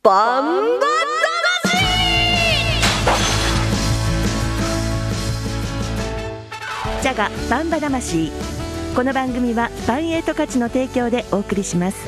バンバ魂。 ジャガバンバ魂。この番組はバンエイト価値の提供でお送りします。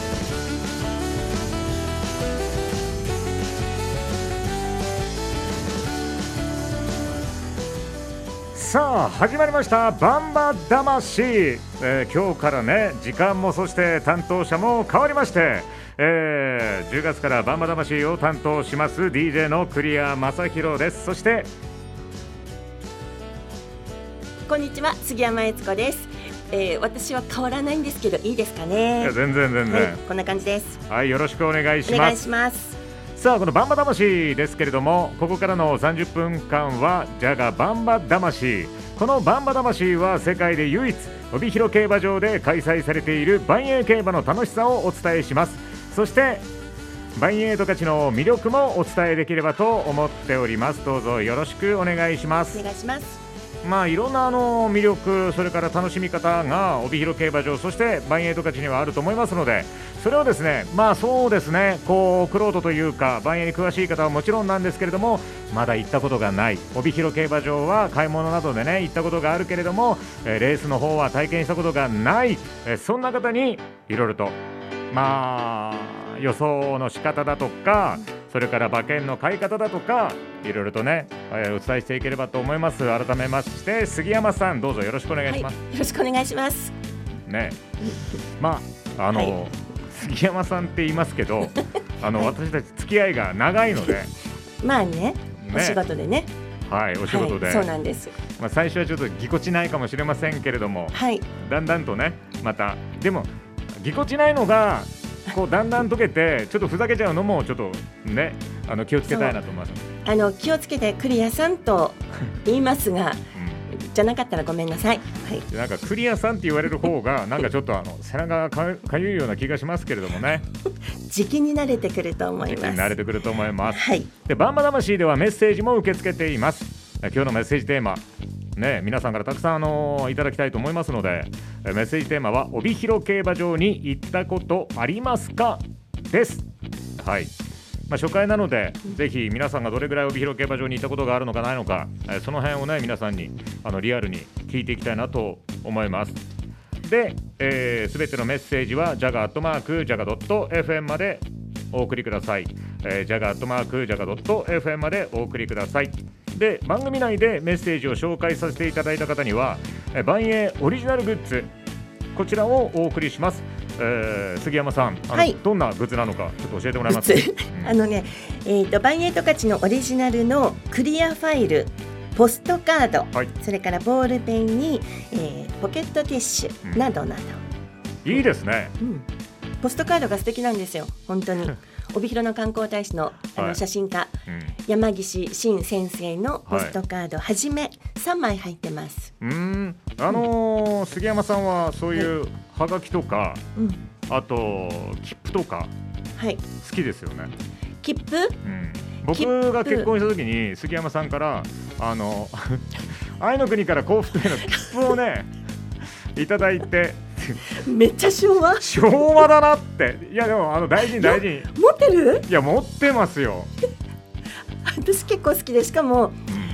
さあ始まりましたバンバ魂、今日からね時間もそして担当者も変わりまして、10月からバンバ魂を担当します DJ の栗谷正宏です。そしてこんにちは、杉山悦子です。私は変わらないんですけどいいですかね。 いや全然、 はい、こんな感じです。 はい、よろしくお願いします。 お願いします。 さあこのバンバ魂ですけれども、ここからの30分間はジャガバンバ魂。このバンバ魂は世界で唯一帯広競馬場で開催されている万栄競馬の楽しさをお伝えします。そして万栄十勝の魅力もお伝えできればと思っております。どうぞよろしくお願いします。 お願いします。 いろんな魅力、それから楽しみ方が帯広競馬場、そして万栄十勝にはあると思いますので、それをですね、そうですね、こう玄人というか万栄に詳しい方はもちろんなんですけれども、まだ行ったことがない帯広競馬場は買い物などでね行ったことがあるけれども、レースの方は体験したことがない、そんな方にいろいろと予想の仕方だとか、それから馬券の買い方だとかいろいろとね、お伝えしていければと思います。改めまして杉山さん、どうぞよろしくお願いします。 はい、よろしくお願いしますね。杉山さんって言いますけど私たち付き合いが長いのでお仕事でね、 はい、お仕事で、 そうなんです。 最初はちょっとぎこちないかもしれませんけれども、だんだんとね、またでもぎこちないのがこうだんだん溶けてちょっとふざけちゃうのもちょっとね、気をつけたいなと思います。 気をつけて栗谷さんと言いますが、じゃなかったらごめんなさい。 なんか栗谷さんって言われる方がなんかちょっと背中がかゆいような気がしますけれどもね。 時期に慣れてくると思います。 時期に慣れてくると思います。 はい。 でバンバ魂ではメッセージも受け付けています。今日のメッセージテーマね、皆さんからたくさんいただきたいと思いますので、メッセージテーマは帯広競馬場に行ったことありますかです。はい。初回なので、ぜひ皆さんがどれぐらい帯広競馬場に行ったことがあるのかないのか、その辺をね皆さんにリアルに聞いていきたいなと思います。で、すべてのメッセージは jaga@jaga.fm までお送りください。jaga@jaga.fm までお送りください。で番組内でメッセージを紹介させていただいた方には万栄オリジナルグッズ、こちらをお送りします。杉山さん、どんなグッズなのかちょっと教えてもらえますか。 万栄十勝のオリジナルのクリアファイル、ポストカード、それからボールペンに、ポケットティッシュなどなど、 いいですね。 ポストカードが素敵なんですよ、本当に。帯広の観光大使の、写真家、山岸真先生のポストカードはじめ3枚入ってます。 杉山さんはそういうはがきとか、あと切符とか、好きですよね。 切符、 僕が結婚した時に杉山さんから愛の国から幸福への切符をねいただいてめっちゃ昭和だなって。いやでも大事に持ってる？ いや持ってますよ。 私結構好きで、しかも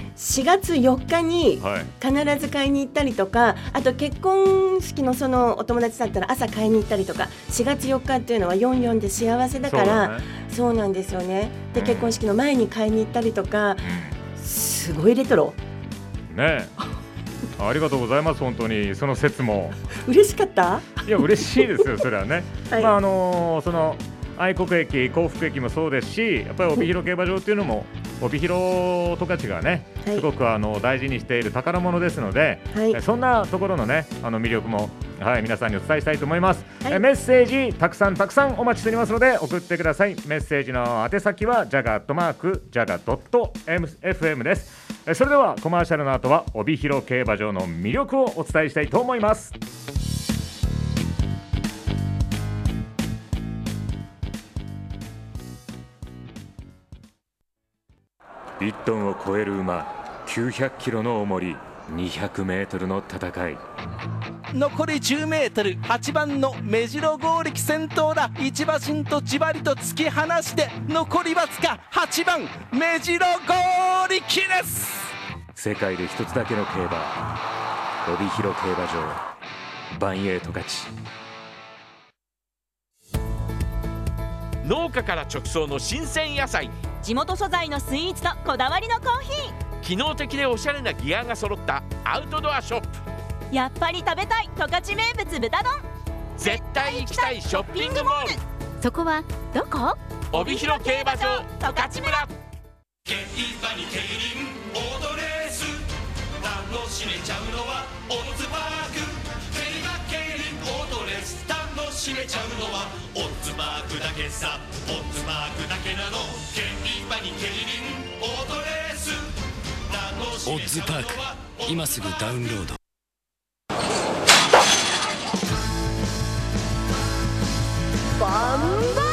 4月4日に必ず買いに行ったりとか、あと結婚式のそのお友達だったら朝買いに行ったりとか、4月4日っていうのは44で幸せだから、そうなんですよね。で結婚式の前に買いに行ったりとか、すごいレトロね。ありがとうございます。本当にその説も嬉しかった。いや嬉しいですよそれはね。その愛国駅、幸福駅もそうですし、やっぱり帯広競馬場っていうのも帯広十勝がね、すごく大事にしている宝物ですので、そんなところのね魅力も、皆さんにお伝えしたいと思います。メッセージたくさんお待ちしておりますので送ってください。メッセージの宛先は jaga@jaga.fm です。それではコマーシャルの後は帯広競馬場の魅力をお伝えしたいと思います。1トンを超える馬、900キロの重り、200メートルの戦い。 残り10メートル、8番の目白剛力先頭だ。一馬身とじわりと突き放して残りわずか、8番目白剛力です。 世界で一つだけの競馬、帯広競馬場、バンエイト勝ち。 農家から直送の新鮮野菜、 地元素材のスイーツとこだわりのコーヒー、 機能的でおしゃれなギアが揃ったアウトドアショップ。 やっぱり食べたい十勝名物豚丼。 絶対行きたいショッピングモール、 そこはどこ？ 帯広競馬場十勝村。 競馬に競輪オートレース、楽しめちゃうのはオッズパーク。競馬競輪オートレース、楽しめちゃうのはオッズパークだけさ。オッズパークだけなの。競馬に競輪オートレース、楽しめちゃうのはオッズパーク、今すぐダウンロード。 バンバ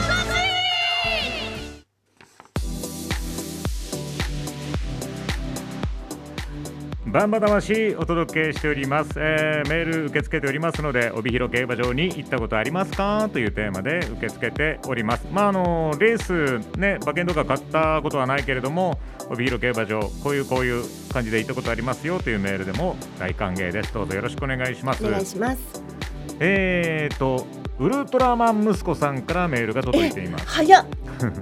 バンバ魂お届けしております。メール受け付けておりますので、帯広競馬場に行ったことありますかというテーマで受け付けております。レースね、馬券とか買ったことはないけれども、帯広競馬場こういう感じで行ったことありますよというメールでも大歓迎です。どうぞよろしくお願いします。 お願いします。 ウルトラマン息子さんからメールが届いています。 早っ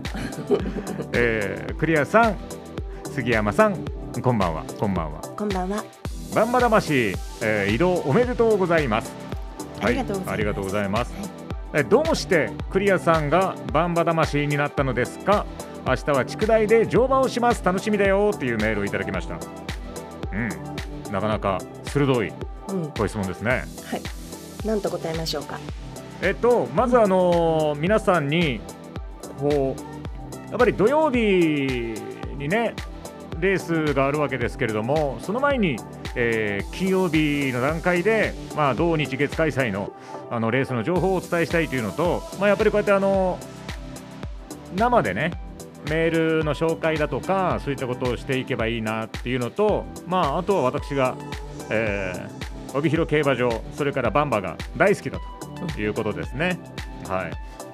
クリアさん、杉山さん、こんばんは。 こんばんは。 バンバ魂、移動おめでとうございます。 ありがとうございます。 どうしてクリアさんがバンバ魂になったのですか。明日は筑大で乗馬をします、楽しみだよっていうメールをいただきました。なかなか鋭いご質問ですね。 はい、何と答えましょうか。 まず皆さんにこうやっぱり土曜日にねレースがあるわけですけれども、その前に、金曜日の段階で、同日月開催の、レースの情報をお伝えしたいというのと、やっぱりこうやって生でねメールの紹介だとかそういったことをしていけばいいなっていうのと、あとは私が、帯広競馬場、それからバンバが大好きだということですね。はい、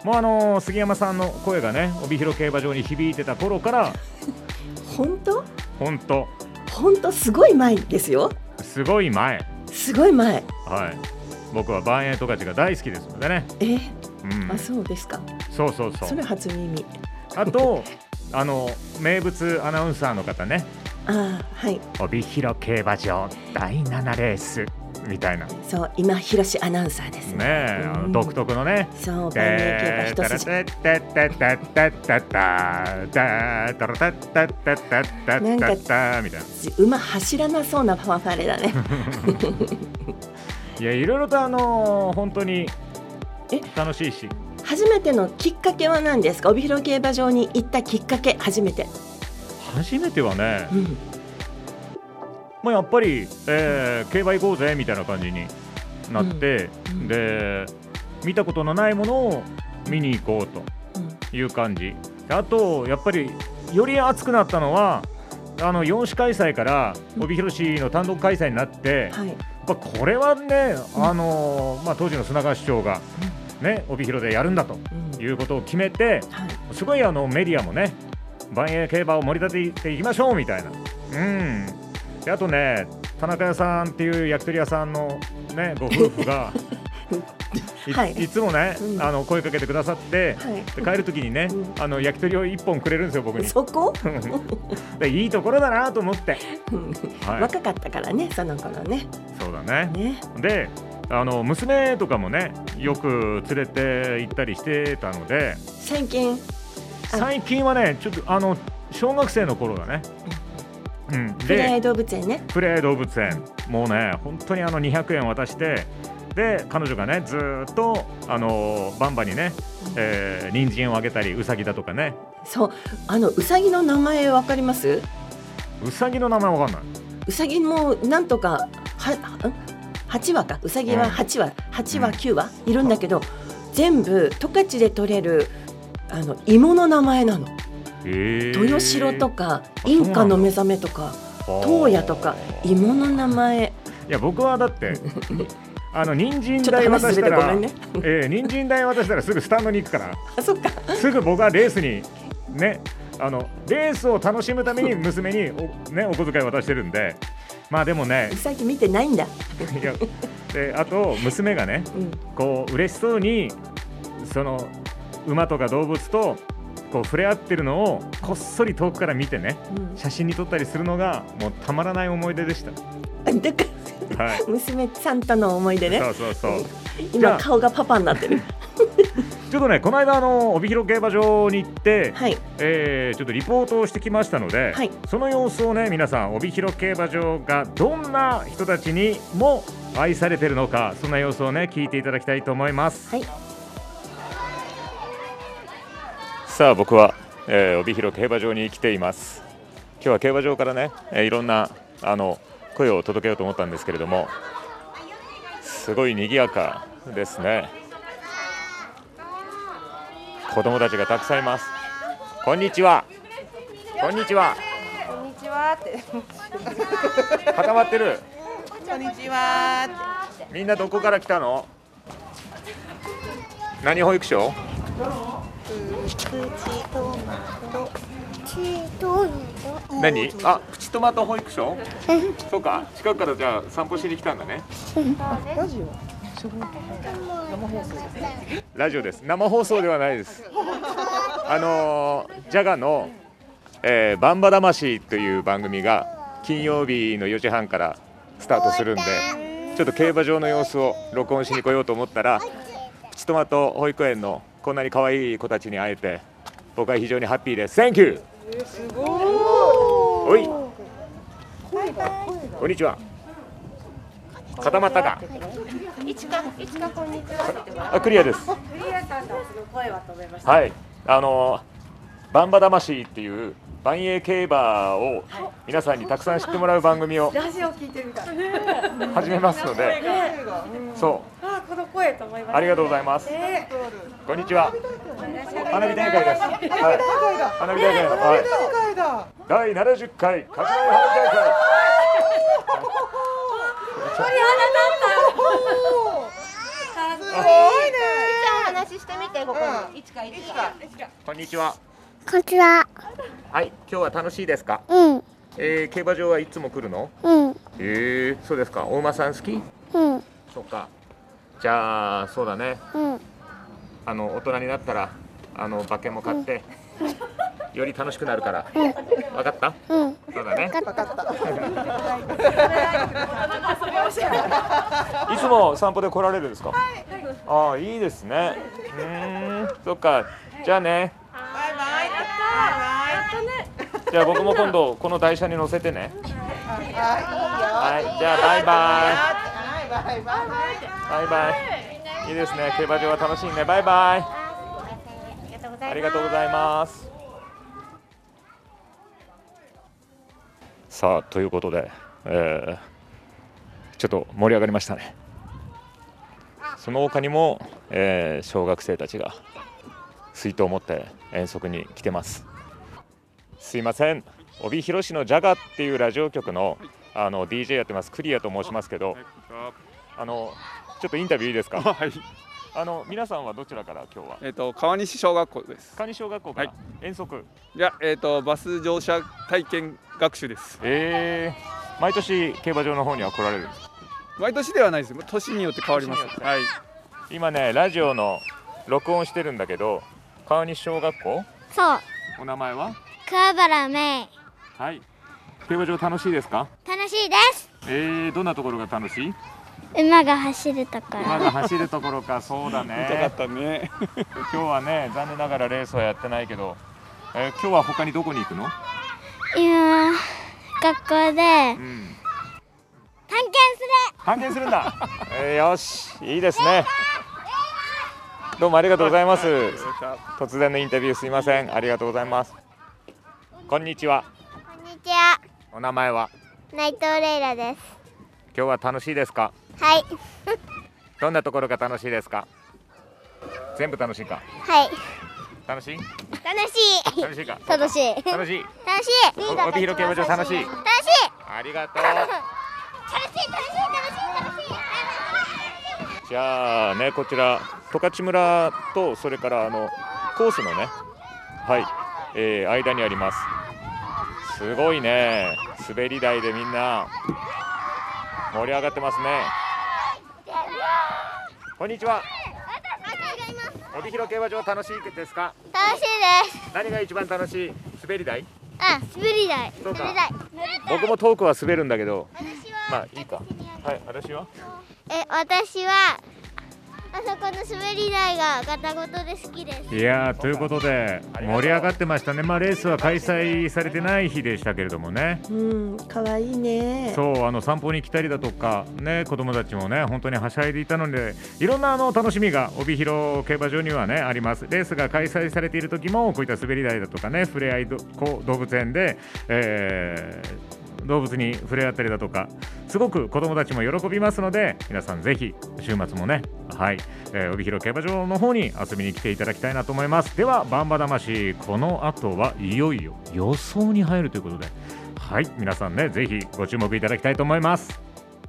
もう杉山さんの声がね帯広競馬場に響いてた頃から本当すごい前ですよ。 すごい前、はい、僕はバンエイト勝ちが大好きですのでね。 あ、そうですか。 そうそれ初耳。 あと名物アナウンサーの方ね、 はい、 帯広競馬場第7レースみたいな。 そう、今広しアナウンサーですね。 独特のね。 そう、万栄競馬一筋。なんかみたいな。 馬走らなそうなファンファーレだね。 いや、いろいろと本当に楽しいし。 初めてのきっかけは何ですか。帯広競馬場に行ったきっかけ、初めてはね、やっぱり、競馬行こうぜみたいな感じになって、で見たことのないものを見に行こうという感じ。あとやっぱりより熱くなったのは4市開催から帯広市の単独開催になって、これはね、当時の砂川市長が、帯広でやるんだということを決めて、すごいメディアもね万栄競馬を盛り立てていきましょうみたいな。であとね、田中屋さんっていう焼き鳥屋さんの、ご夫婦がいつもね、声かけてくださって、で帰るときにね、焼き鳥を1本くれるんですよ、僕に。 そこでいいところだなと思って、 若かったからね、その頃ね。 そうだね。で娘とかもねよく連れて行ったりしてたので、 最近はねちょっと小学生の頃だね。 ふれあい動物園ね。 ふれあい動物園、もうね本当に200円渡して、で彼女がねずっとバンバにね、人参をあげたり、ウサギだとかね。 そう、ウサギの名前わかります？ ウサギの名前わかんない。 ウサギもなんとか8羽か、ウサギは8羽、9羽いるんだけど、全部十勝で取れる芋の名前なの。豊城とかインカの目覚めとか東野とか芋の名前。 いや僕はだって人参代渡したら、 ちょっと話ずれてごめんね人参代渡したらすぐスタンドに行くから、 あ、そっか。 すぐ僕はレースにね、レースを楽しむために娘にお小遣い渡してるんで、まあでもね、 最近見てないんだ。 いやであと娘がね、こう嬉しそうにその馬とか動物とこう触れ合ってるのをこっそり遠くから見てね、写真に撮ったりするのがもうたまらない思い出でした。 だから、 はい、 娘さんとの思い出ね。 そう今顔がパパになってる。 ちょっとね、この間帯広競馬場に行って、 はい、 ちょっとリポートをしてきましたので、 はい、 その様子をね、皆さん帯広競馬場がどんな人たちにも愛されているのか、そんな様子をね聞いていただきたいと思います。 はい、 さあ僕は、帯広競馬場に来ています。今日は競馬場からね、いろんな声を届けようと思ったんですけれども、すごい賑やかですね。子供たちがたくさんいます。こんにちは。こんにちは。 こんにちはって。 固まってる。 こんにちはって。 みんなどこから来たの？何保育所？何？あ、プチトマト保育所？そうか、近くからじゃあ散歩しに来たんだね。 ラジオ？ ラジオです。生放送ではないです。ジャガの、バンバ魂という番組が金曜日の4時半からスタートするんで、ちょっと競馬場の様子を録音しに来ようと思ったら、プチトマト保育園のこんなに可愛い子たちに会えて、僕は非常にハッピーです。 Thank you。 すごい。 おい、こんにちは。固まったか。 いちかこんにちは。 あ、クリアです。 クリアさんの声は止めました。 はい、バンバ魂っていう万栄競馬を皆さんにたくさん知ってもらう番組をラジオ聞いてるみたい。 始めますので、そう、 あ、この声と思いました。 ありがとうございます。こんにちは。花火大会です。はい、花火大会の、はい、第70回かしわ花火大会。 すごいね。じゃあお話ししてみて、ここに。いちか。 こんにちは。 こんにちは。 はい、今日は楽しいですか？ うん。 競馬場はいつも来るの？ うん。 そうですか。お馬さん好き？ うん。 そうか。じゃあそうだね。 うん。 大人になったら馬券も買って、より楽しくなるから。わかった？ うん。 そうだね。 わかった。 いつも散歩で来られるんですか？ああ、いいですね。そっか。じゃあね。 バイバイ。 じゃあ僕も今度この台車に乗せてね。はい、じゃあバイバイ。バイバイ。いいですね。競馬場は楽しいね。バイバイ。ありがとうございます。さあ、ということで、ちょっと盛り上がりましたね。その他にも、小学生たちが水筒を持って遠足に来てます。すいません、帯広市のジャガっていうラジオ局のDJ やってますクリアと申しますけど、ちょっとインタビューいいですか？ はい。 皆さんはどちらから今日は？ 川西小学校です。 川西小学校から遠足？ いや、バス乗車体験学習です。 毎年競馬場の方には来られるんですか？ 毎年ではないです。年によって変わります。はい。 今ね、ラジオの録音してるんだけど、川西小学校？ そう。 お名前は？ 桑原芽衣。 はい。競馬場楽しいですか？ 楽しいです。 どんなところが楽しい？ 馬が走るところ。 馬が走るところか。そうだね。 見たかったね。 今日はね、残念ながらレースはやってないけど、今日は他にどこに行くの？ 今学校で、探検するんだ。よし、いいですね。どうもありがとうございます。突然のインタビューすいません。ありがとうございます。こんにちは。 こんにちは。 お名前は？ 内藤レイラです。 今日は楽しいですか？ はい。 どんなところが楽しいですか？全部楽しいか？ はい。 楽しい？ 楽しい。 楽しいか？ 楽しい。 楽しい。 楽しい。 帯広競馬場楽しい？ 楽しい。 ありがとう。 楽しい。 じゃあね、こちら十勝村とそれからコースのね、はい、間にあります。すごいね、滑り台でみんな盛り上がってますね。こんにちは。帯広競馬場楽しいですか？ 楽しいです。 何が一番楽しい？滑り台？ 滑り台。 そうか。僕も遠くは滑るんだけど、まあいいか。はい、私は？ 私はあそこの滑り台がガタゴトで好きです。 いやー、ということで盛り上がってましたね。まあレースは開催されてない日でしたけれどもね。 可愛いね。 そう、散歩に来たりだとかね、子供たちもね本当にはしゃいでいたので、いろんな楽しみが帯広競馬場にはねあります。レースが開催されている時もこういった滑り台だとかね、ふれあい動物園で、動物に触れ合ったりだとか、すごく子どもたちも喜びますので、皆さんぜひ週末もね、はい、帯広競馬場の方に遊びに来ていただきたいなと思います。ではバンバ魂、この後はいよいよ予想に入るということで、はい、皆さんねぜひご注目いただきたいと思います。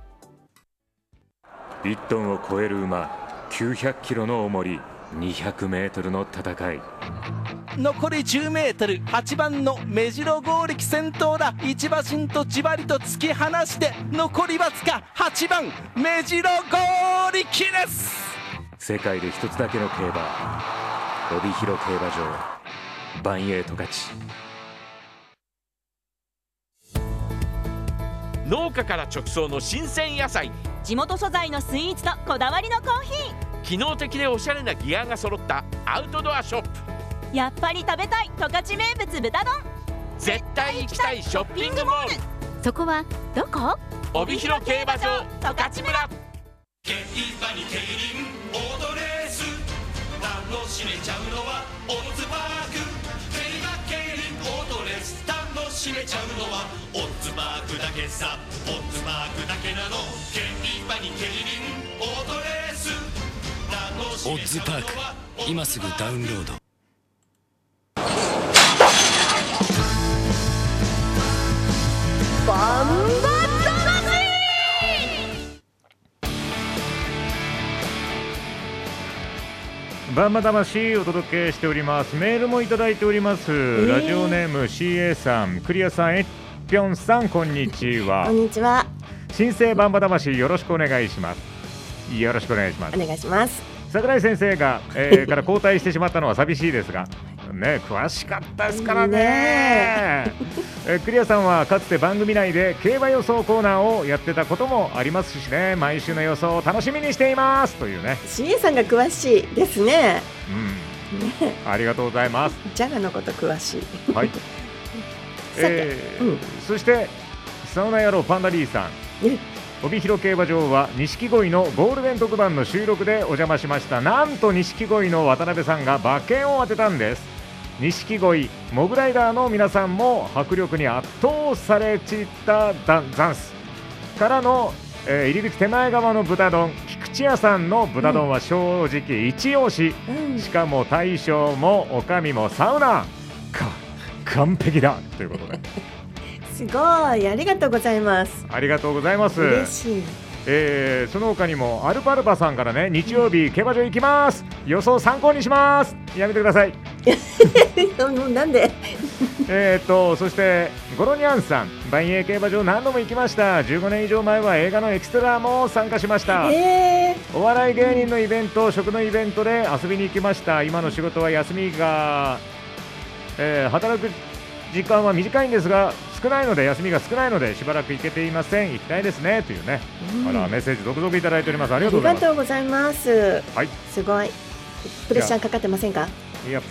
1トンを超える馬、900キロの重り、200メートルの戦い。 残り10メートル、8番の目白剛力先頭だ。一馬身とじわりと突き放して残りわずか。8番目白剛力です。 世界で一つだけの競馬、帯広競馬場、バンエイト勝ち。 農家から直送の新鮮野菜、 地元素材のスイーツとこだわりのコーヒー、 機能的でおしゃれなギアが揃ったアウトドアショップ。 やっぱり食べたい十勝名物豚丼。 絶対行きたいショッピングモール。 そこはどこ？ 帯広競馬場十勝村。 競馬に競輪オートレース、楽しめちゃうのはオッズパーク。競馬競輪オートレース、楽しめちゃうのはオッズパークだけさ。オッズパークだけなの。競馬に競輪オートレース、オッズパーク、今すぐダウンロード。 バンババンバ魂お届けしております。メールもいただいております。ラジオネーム CA さん、クリアさん、エッピョンさん、こんにちは。 こんにちは。 新生バンバ魂よろしくお願いします。よろしくお願いします。 お願いします。 櫻井先生が、から交代してしまったのは寂しいですがね、詳しかったですからね。クリアさんはかつて番組内で競馬予想コーナーをやってたこともありますしね、毎週の予想を楽しみにしていますというね。 CA さんが詳しいですね。 ありがとうございます。 ジャガのこと詳しい。 はい。そしてサウナ野郎パンダリーさん、帯広競馬場は錦鯉のゴールデン特番の収録でお邪魔しました。なんと錦鯉の渡辺さんが馬券を当てたんです。錦鯉モグライダーの皆さんも迫力に圧倒されちったザンスからの、入り口手前側の豚丼、菊池屋さんの豚丼は正直一押し、しかも大将もおかみもサウナ完璧だということで。 すごい、ありがとうございます。 ありがとうございます。 嬉しい。 その他にもアルパルパさんからね、日曜日競馬場行きます、予想参考にします。やめてください。 なんでそしてゴロニャンさん、万栄競馬場何度も行きました。15年以上前は映画のエキストラも参加しました。お笑い芸人のイベント、食のイベントで遊びに行きました。今の仕事は休みが、働く時間は短いんですが少ないので、休みが少ないのでしばらく行けていません。行きたいですねというね、メッセージ続々いただいております。ありがとうございます。はい、すごい。プレッシャーかかってませんか？ いや、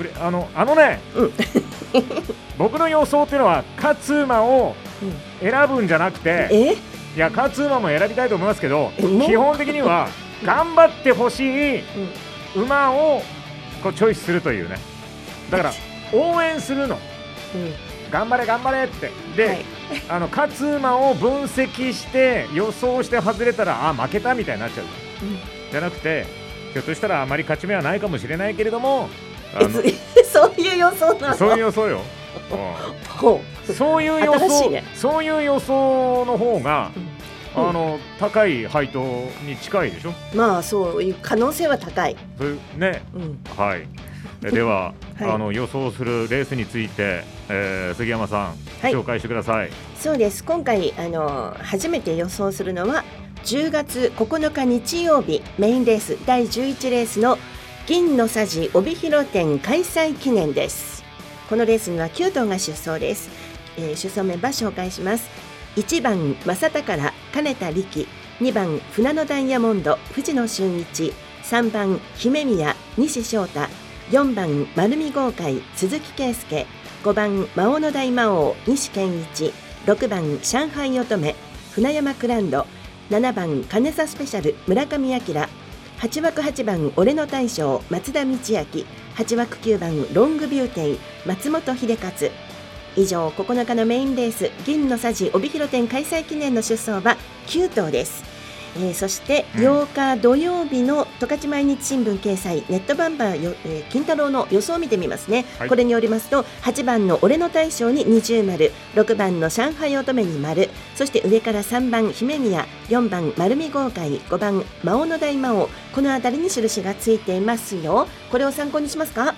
僕の予想っていうのは勝つ馬を選ぶんじゃなくて、いや勝つ馬も選びたいと思いますけど、基本的には頑張ってほしい馬をこうチョイスするというね。だから応援するの、頑張れ頑張れってで、勝つ馬を分析して予想して外れたら負けたみたいになっちゃう、じゃなくて、ひょっとしたらあまり勝ち目はないかもしれないけれども、 そういう予想なの？ そういう予想よ。そういう予想、そういう予想の方が高い配当に近いでしょ。 まあそういう可能性は高いね、はい。では、予想するレースについて、杉山さん、紹介してください。 そうです。今回初めて予想するのは10月9日日曜日メインレース第11レースの銀のさじ帯広店開催記念です。このレースには9頭が出走です。出走メンバー紹介します。1番正宝金田力、2番船野ダイヤモンド藤野俊一、3番姫宮西翔太、4番丸見豪快鈴木圭介、5番魔王の大魔王西健一、6番上海乙女船山クランド、7番金沢スペシャル村上明、8枠8番俺の大将松田道明、8枠9番ロングビューテイ松本秀勝。以上9日のメインレース銀のさじ帯広店開催記念の出走馬9頭です。そして8日土曜日の十勝毎日新聞掲載ネットバンバー金太郎の予想を見てみますね、これによりますと8番の俺の大将に20丸、6番の上海乙女に丸、そして上から3番姫宮、4番丸見豪快、5番魔王の大魔王、このあたりに印がついていますよ。これを参考にしますか？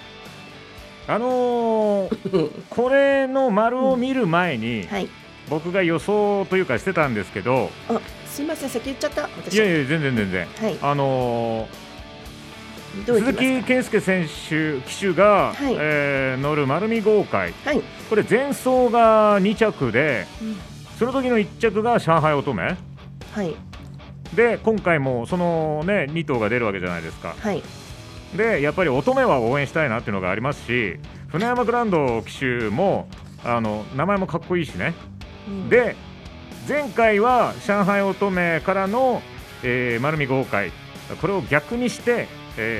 これの丸を見る前に、僕が予想というかしてたんですけど、 すいません、先言っちゃった。私いや全然、鈴木健介選手騎手が、乗る丸見豪快、これ前走が2着で、その時の1着が上海乙女、で今回もその、2頭が出るわけじゃないですか。でやっぱり乙女は応援したいなっていうのがありますし、船山グランド騎手も名前もかっこいいしね、で前回は上海乙女からの、丸見豪快、これを逆にして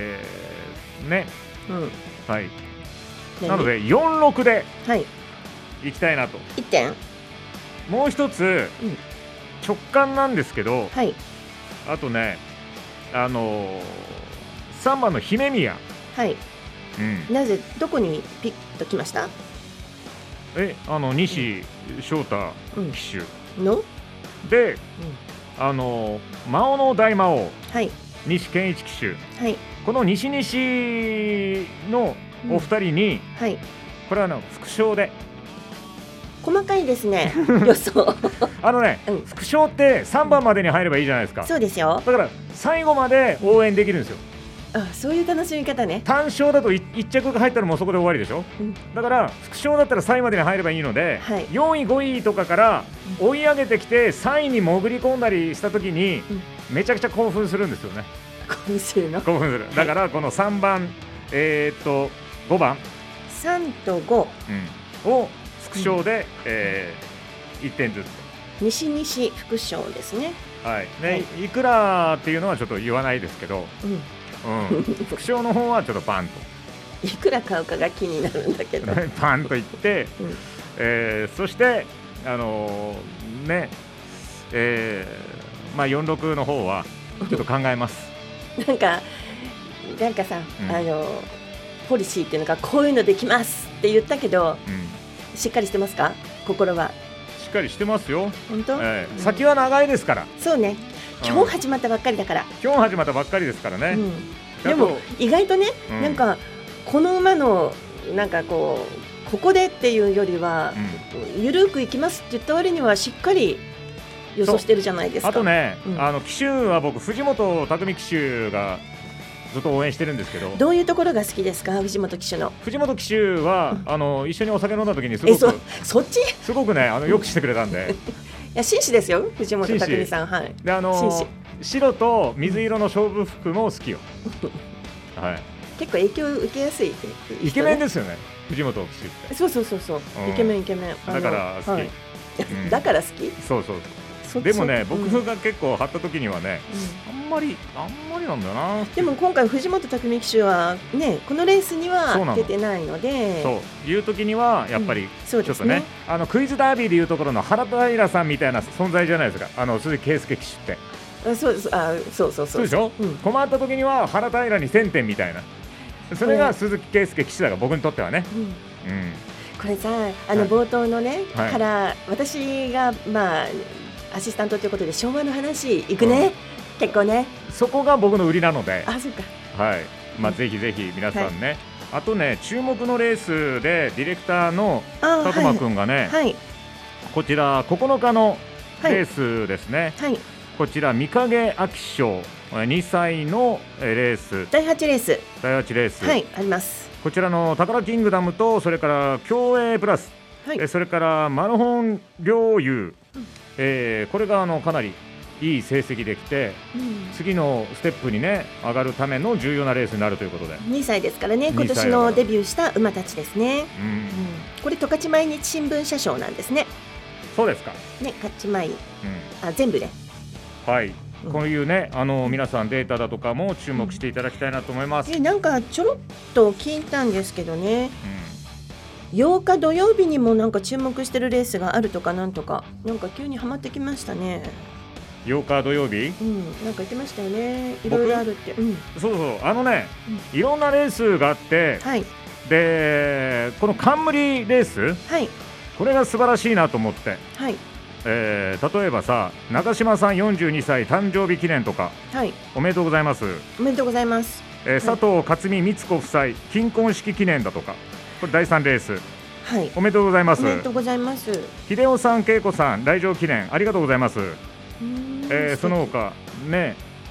なので4-6でいきたいなと。 1点もう一つ、直感なんですけど、あとね3番の姫宮、 なぜどこにピッときました？ 西翔太騎手ので、魔王の大魔王、西健一騎手、この西のお二人に、これは副賞で細かいですね予想副賞って3番までに入ればいいじゃないですか。 そうですよ。 だから最後まで応援できるんですよ。 そういう楽しみ方ね。 単勝だと 1着が入ったらもうそこで終わりでしょ、だから副賞だったら3位までに入ればいいので、4位5位とかから追い上げてきて3位に潜り込んだりした時に、めちゃくちゃ興奮するんですよね。 興奮するの？ 興奮する。だからこの3番、5番 3と5、 を副賞で、1点ずつ。 西副賞ですね。 いくらっていうのはちょっと言わないですけど、副賞の方はちょっとパンといくら買うかが気になるんだけどパンといって、そして4-6の方はちょっと考えますなんかさ、ポリシーっていうのがこういうのできますって言ったけど、しっかりしてますか？心はしっかりしてますよ。 本当？ 先は長いですから。 そうね、今日始まったばっかりだから。 今日始まったばっかりですからね。 でも意外とね、なんかこの馬のここでっていうよりは、ゆるくいきますって言った割にはしっかり予想してるじゃないですか。 あとね、騎手は僕藤本匠騎手がずっと応援してるんですけど。 どういうところが好きですか？藤本騎手の。 藤本騎手は一緒にお酒飲んだ時にすごくそっちすごくねよくしてくれたんでいや紳士ですよ藤本匠さん。 で白と水色の勝負服も好きよ結構影響受けやすい、 イケメンですよね藤本騎手って。 そう、イケメンだから好き、 だから好き。 そうでもね、僕が結構張った時にはね、あんまりなんだよな。 でも今回藤本匠騎手はね、このレースには出てないので、 そういう時にはやっぱりちょっとね、クイズダービーでいうところの原平さんみたいな存在じゃないですか、鈴木圭介騎手って。そうでしょ、困った時には原平に1000点みたいな、それが鈴木圭介騎手だから僕にとってはね。 これさ、冒頭のね、から私がアシスタントということで昭和の話いくね、結構ね。 そこが僕の売りなので、 あ、そうか。 はい、ぜひぜひ皆さんね、あとね、注目のレースでディレクターの佐久間君がね、こちら9日のレースですね、こちら御影秋賞2歳のレース、 第8レース、 あります。 こちらの宝キングダムと、それから競泳プラス、それからマルホン陵侑、これがかなりいい成績できて、次のステップにね上がるための重要なレースになるということで、 2歳ですからね、今年のデビューした馬たちですね。これ十勝毎日新聞社賞なんですね。 そうですかね、勝ち前、全部で、 はい、こういうね皆さんデータだとかも注目していただきたいなと思います。 なんかちょろっと聞いたんですけどね、8日土曜日にもなんか注目してるレースがあるとかなんとか、なんか急にはまってきましたね。 8日土曜日、 なんか言ってましたよね、いろいろあるって。 そういろんなレースがあって、でこの冠レース、これが素晴らしいなと思って、例えばさ、中島さん42歳誕生日記念とか、おめでとうございます。 おめでとうございます。 佐藤克美光子夫妻金婚式記念だとか、これ第3レース、おめでとうございます。 おめでとうございます。 秀夫さん、恵子さん来場記念ありがとうございます。その他ね、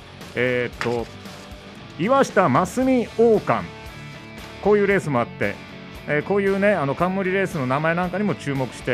岩下真澄王冠、こういうレースもあって、こういうね冠レースの名前なんかにも注目して、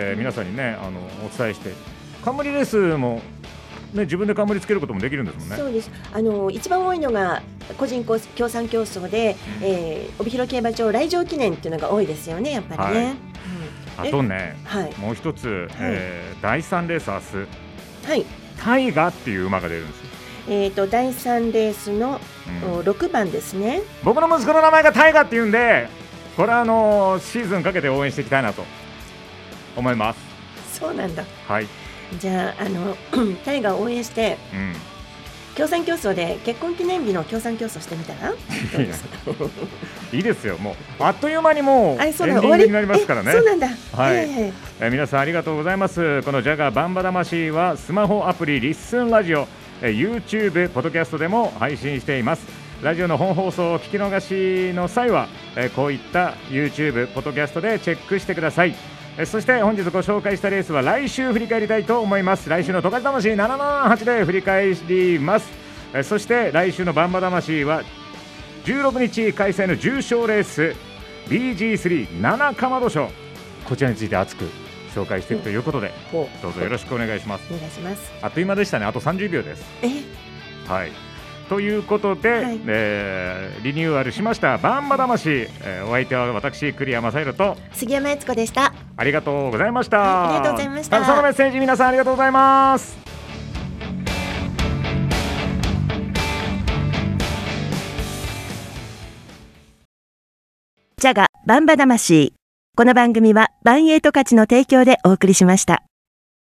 皆さんにねお伝えして、冠レースも、ね、自分で冠つけることもできるんですもんね。 そうです。一番多いのが個人協賛競争で、帯広競馬場来場記念っていうのが多いですよね、やっぱりね。 あとね、もう一つ、第3レース明日、タイガっていう馬が出るんですよ。 第3レースの、6番ですね。 僕の息子の名前がタイガっていうんで、これはシーズンかけて応援していきたいなと思います。 そうなんだ。 はい。 じゃあタイガを応援して、協賛競争で結婚記念日の協賛競争してみたらいいですよ。もうあっという間にもうエンディングになりますからね。 そうなんだ。 皆さんありがとうございます。このジャガバンバ魂はスマホアプリリッスンラジオ、YouTube、ポッドキャストでも配信しています。ラジオの本放送を聞き逃しの際は、こういった YouTube、ポッドキャストでチェックしてください。そして本日ご紹介したレースは来週振り返りたいと思います。来週の十勝魂778で振り返ります。そして来週のバンバ魂は16日開催の重賞レース BG3 七かまど賞、こちらについて熱く紹介していくということで、どうぞよろしくお願いします。 お願いします。 あっという間でしたね。あと30秒です。はい。ということで、リニューアルしましたバンバ魂、お相手は私栗山正宏と杉山悦子でした。 ありがとうございました。 ありがとうございました。 たくさんのメッセージ皆さんありがとうございます。 ジャガバンバ魂、この番組はバンエイト勝ちの提供でお送りしました。